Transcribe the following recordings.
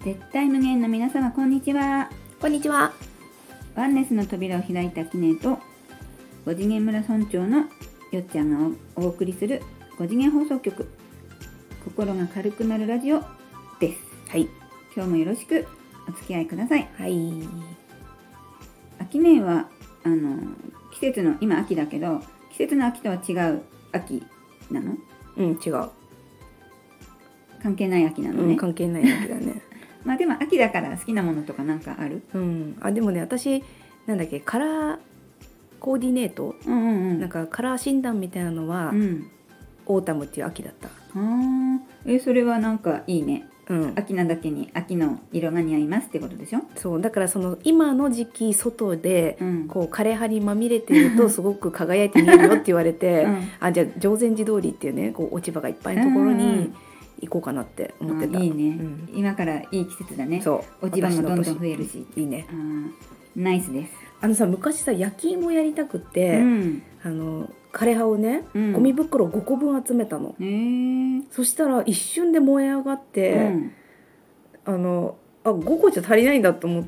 絶対無限の皆様こんにちは。 こんにちは。 ワンネスの扉を開いた記念と5次元村村長のよっちゃんがお送りする5次元放送局、心が軽くなるラジオです。 はい。 今日もよろしくお付き合いください。 はい。 秋年は季節の、今秋だけど季節の秋とは違う秋なの？ うん、違う。 関係ない秋なのね。 関係ない秋だね。 まあでも秋だから好きなものとかなんかある？ でもね、私カラーコーディネート、なんかカラー診断みたいなのは、オータムっていう秋だった。 それはなんかいいね。秋なだけに秋の色が似合いますってことでしょ？ そうだから、その今の時期外で、こう枯葉にまみれているとすごく輝いて見えるよって言われて、じゃあ定禅寺通りっていうね、こう落ち葉がいっぱいのところに行こうかなって思ってた。 いいね、今からいい季節だね。 そう落ち葉もどんどん増えるしいいね。 ナイスです。 昔さ、焼き芋やりたくて、枯葉をね、ゴミ袋5個分集めたの。そしたら一瞬で燃え上がって、5個じゃ足りないんだと思って、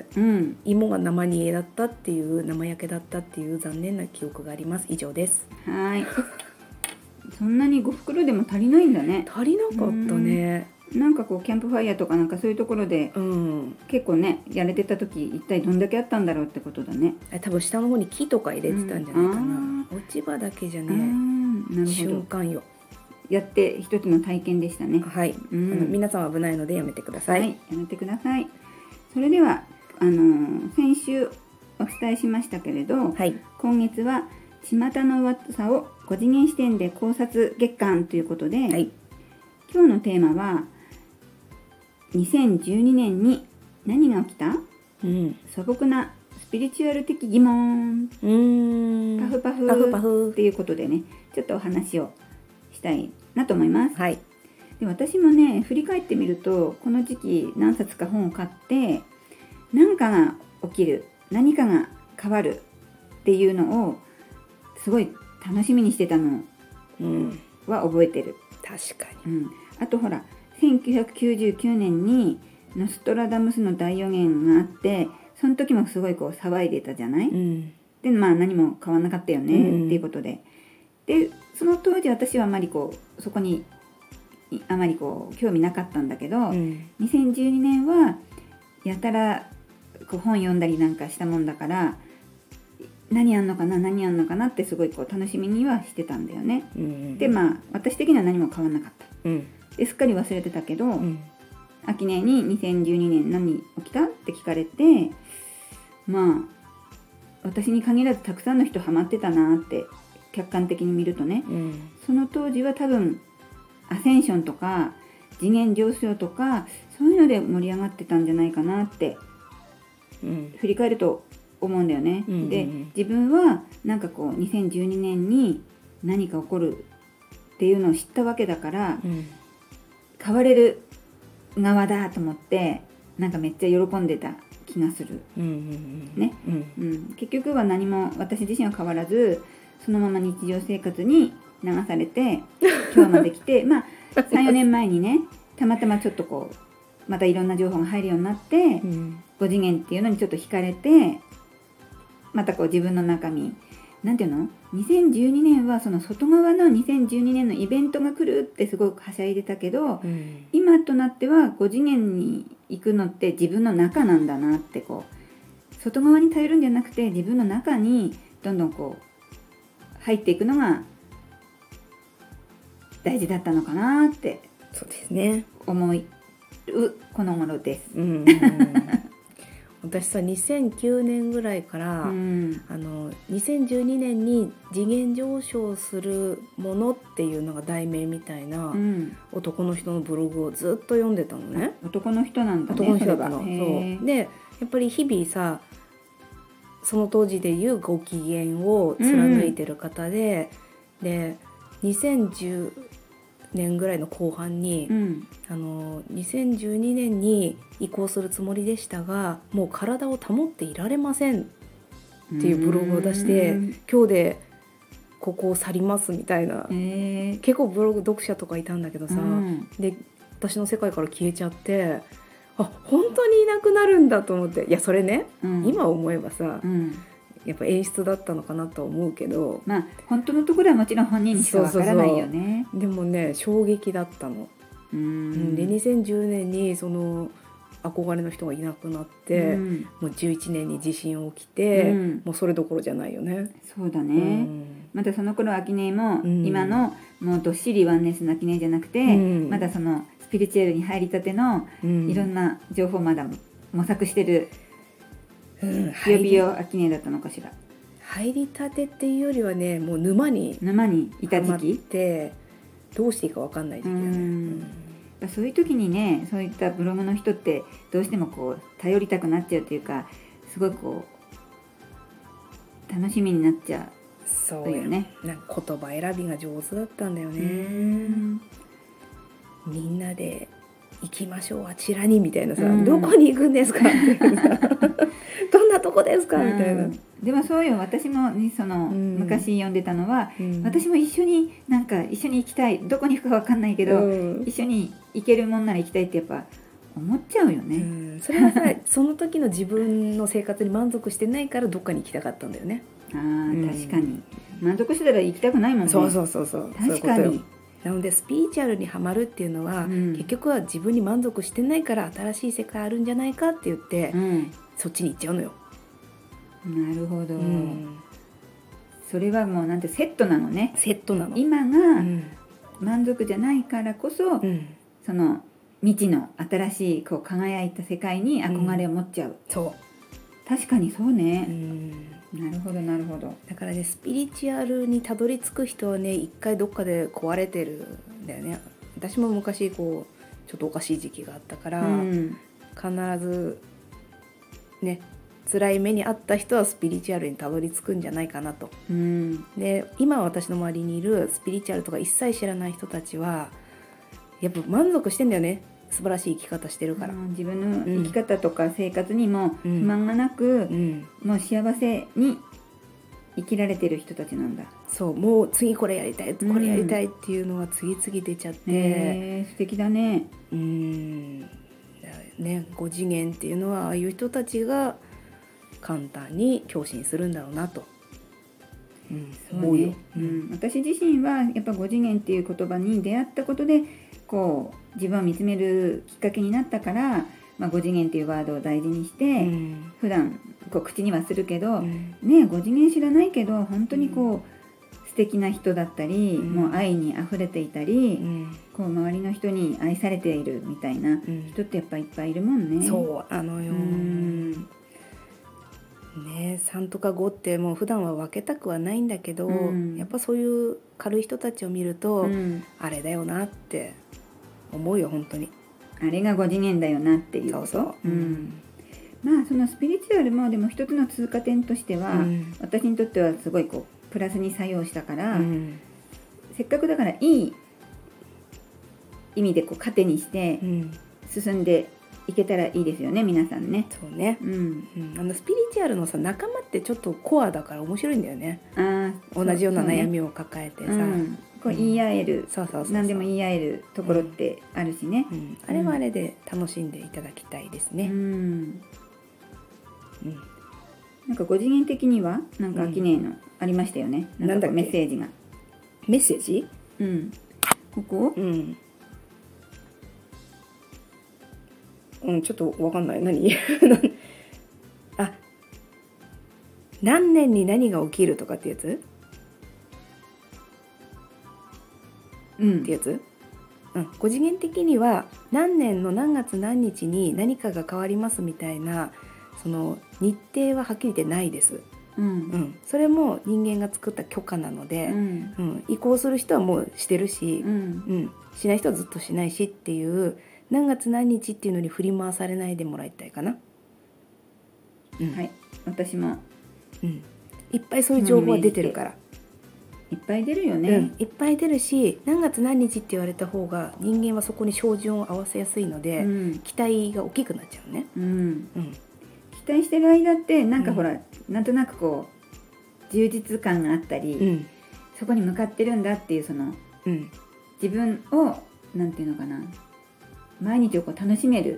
芋が生煮えだったっていう、生焼けだったっていう残念な記憶があります。以上です。 はい。そんなに5袋でも足りないんだね。 足りなかったね。 なんかこうキャンプファイヤーとかなんかそういうところで、結構ねやれてた時、一体どんだけあったんだろうってことだね。 多分下の方に木とか入れてたんじゃないかな。落ち葉だけじゃね、瞬間よ。 やって一つの体験でしたね。 はい。皆さんは危ないのでやめてください。 はい、やめてください。それでは先週お伝えしましたけれど、今月は巷の噂を5次元視点で考察月間ということで、今日のテーマは2012年に何が起きた？素朴なスピリチュアル的疑問、パフパフっていうことでね、ちょっとお話をしたいなと思います。で、私もね、振り返ってみると、この時期何冊か本を買って、何かが起きる、何かが変わるっていうのをすごい楽しみにしてたのは覚えてる。 確かに。 あとほら、1999年にノストラダムスの大予言があって、その時もすごいこう騒いでたじゃない？で、何も変わんなかったよねっていうことで、でその当時私はあまりこうそこにあまりこう興味なかったんだけど、2012年はやたらこう本読んだりなんかしたもんだから、何やんのかなってすごいこう楽しみにはしてたんだよね。で私的には何も変わんなかった。ですっかり忘れてたけど、秋音に2012年何起きたって聞かれて、私に限らずたくさんの人ハマってたなって客観的に見るとね、その当時は多分アセンションとか次元上昇とかそういうので盛り上がってたんじゃないかなって、振り返ると思うんだよね。で、自分はなんかこう2012年に何か起こるっていうのを知ったわけだから、変われる側だと思ってなんかめっちゃ喜んでた気がする。結局は何も私自身は変わらず、そのまま日常生活に流されて今日まで来て3、4年前にね、たまたまちょっとこうまたいろんな情報が入るようになって、5次元っていうのにちょっと惹かれて、またこう自分の中身なんていうの、2012年はその外側の2012年のイベントが来るってすごくはしゃいでたけど、今となっては5次元に行くのって自分の中なんだなって、こう外側に頼るんじゃなくて自分の中にどんどんこう入っていくのが大事だったのかなって、 そうですね、 思うこの頃です。 私さ、2009年ぐらいから、2012年に次元上昇するものっていうのが題名みたいな、男の人のブログをずっと読んでたのね。 男の人なんだね。 男の人だったの。そうで、やっぱり日々さ、その当時でいうご機嫌を貫いてる方で、で2010年ぐらいの後半に、2012年に移行するつもりでしたが、もう体を保っていられませんっていうブログを出して、今日でここを去りますみたいな、結構ブログ読者とかいたんだけどさ、で私の世界から消えちゃって、 本当にいなくなるんだと思って、いやそれね、今思えばさ、やっぱ演出だったのかなと思うけど、 まあ本当のところはもちろん本人にしかわからないよね。 でもね衝撃だったの。で2010年にその憧れの人がいなくなって、もう11年に地震起きて、もうそれどころじゃないよね。 そうだね、まだその頃アキネも、今のもうどっしりワンネスのアキネじゃなくて、まだそのスピリチュアルに入りたての、いろんな情報まだ模索してる、強火用アキネだったのかしら。 入りたてっていうよりはね、もう沼にいた時期ってどうしていいか分かんない時期だね。 そういう時にね、そういったブログの人ってどうしてもこう頼りたくなっちゃうというか、すごいこう楽しみになっちゃうよね。 なんか言葉選びが上手だったんだよね。みんなで行きましょうあちらにみたいなさ、どこに行くんですかみたいなどんなとこですかみたいな。 でもそうよ、私もその、昔読んでたのは、私も一緒に行きたい、どこに行くか分かんないけど、一緒に行けるもんなら行きたいってやっぱ思っちゃうよね。 それはさその時の自分の生活に満足してないからどっかに行きたかったんだよね。 確かに満足してたら行きたくないもんね。 そう確かに。 なのでスピリチュアルにはまるっていうのは、結局は自分に満足してないから新しい世界あるんじゃないかって言って、そっちに行っちゃうのよ。 なるほど、それはもうなんてセットなのね。 セットなの。 今が満足じゃないからこそ、その未知の新しいこう輝いた世界に憧れを持っちゃう、 そう確かにそうね、なるほどなるほど。 だからねスピリチュアルにたどり着く人はね一回どっかで壊れてるんだよね。私も昔こうちょっとおかしい時期があったから、必ずね辛い目にあった人はスピリチュアルにたどり着くんじゃないかなと、で今私の周りにいるスピリチュアルとか一切知らない人たちはやっぱ満足してんだよね。素晴らしい生き方してるから、 自分の生き方とか生活にも不満がなく、もう幸せに生きられてる人たちなんだ。 そう、もう次これやりたい、これやりたいっていうのが次々出ちゃって、 素敵だね。 ね、5次元っていうのはああいう人たちが簡単に共振するんだろうなと、 思うよ。私自身はやっぱ5次元っていう言葉に出会ったことでこう自分を見つめるきっかけになったから、5次元っていうワードを大事にして、普段こう口にはするけど、5次元知らないけど本当にこう素敵な人だったり、もう愛にあふれていたり、こう周りの人に愛されているみたいな人ってやっぱいっぱいいるもんね。 そうあのよ、3とか5ってもう普段は分けたくはないんだけど、やっぱそういう軽い人たちを見ると、あれだよなって思うよ本当に。 あれが5次元だよなっていうこと。そのスピリチュアルもでも一つの通過点としては、私にとってはすごいこうプラスに作用したから、せっかくだからいい意味でこう糧にして進んでいけたらいいですよね、皆さんね。 そうね、スピリチュアルのさ仲間ってちょっとコアだから面白いんだよね。同じような悩みを抱えてさ、こう言い合える、何でも言い合えるところってあるしね、 あれはあれで楽しんでいただきたいですね。 なんか5次元的にはなんかアキネのありましたよね、なんかメッセージが。 メッセージ？ ここ？ ちょっとわかんない。何？何年に何が起きるとかってやつ？ってやつ？5次元的には何年の何月何日に何かが変わりますみたいなその日程ははっきり言ってないです。それも人間が作った許可なので、移行する人はもうしてるし、しない人はずっとしないしっていう何月何日っていうのに振り回されないでもらいたいかな。 はい、私も、 いっぱいそういう情報は出てるから。 いっぱい出るよね、 いっぱい出るし、何月何日って言われた方が人間はそこに照準を合わせやすいので、期待が大きくなっちゃうね。 期待してる間ってなんかほら、なんとなくこう充実感があったり、そこに向かってるんだっていうその、自分をなんていうのかな、毎日をこう楽しめる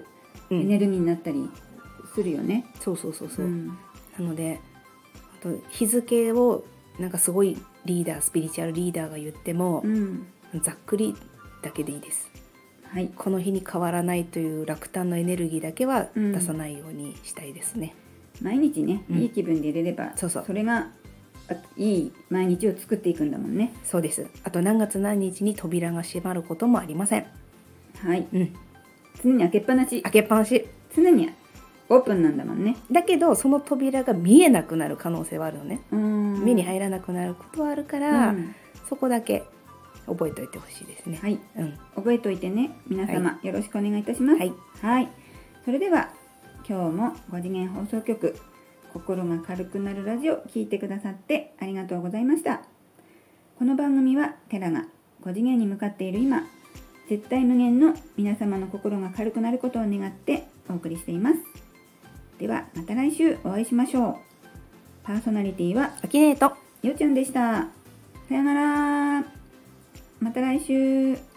エネルギーになったりするよね。 そう、なのであと日付をなんかすごいスピリチュアルリーダーが言っても、ざっくりだけでいいです。はい、この日に変わらないという落胆のエネルギーだけは出さないようにしたいですね。 毎日ね、いい気分でいれれば、それがいい毎日を作っていくんだもんね。 そうです。あと何月何日に扉が閉まることもありません。 はい、常に開けっぱなし。常にオープンなんだもんね。 だけどその扉が見えなくなる可能性はあるのね。目に入らなくなることはあるから、そこだけ覚えておいてほしいですね。 はい、覚えておいてね、皆様、よろしくお願いいたします。はい、それでは今日も5次元放送局心が軽くなるラジオ聞いてくださってありがとうございました。この番組はテラが5次元に向かっている今、絶対無限の皆様の心が軽くなることを願ってお送りしています。ではまた来週お会いしましょう。パーソナリティはアキネートよちゃんでした。さよなら。また来週。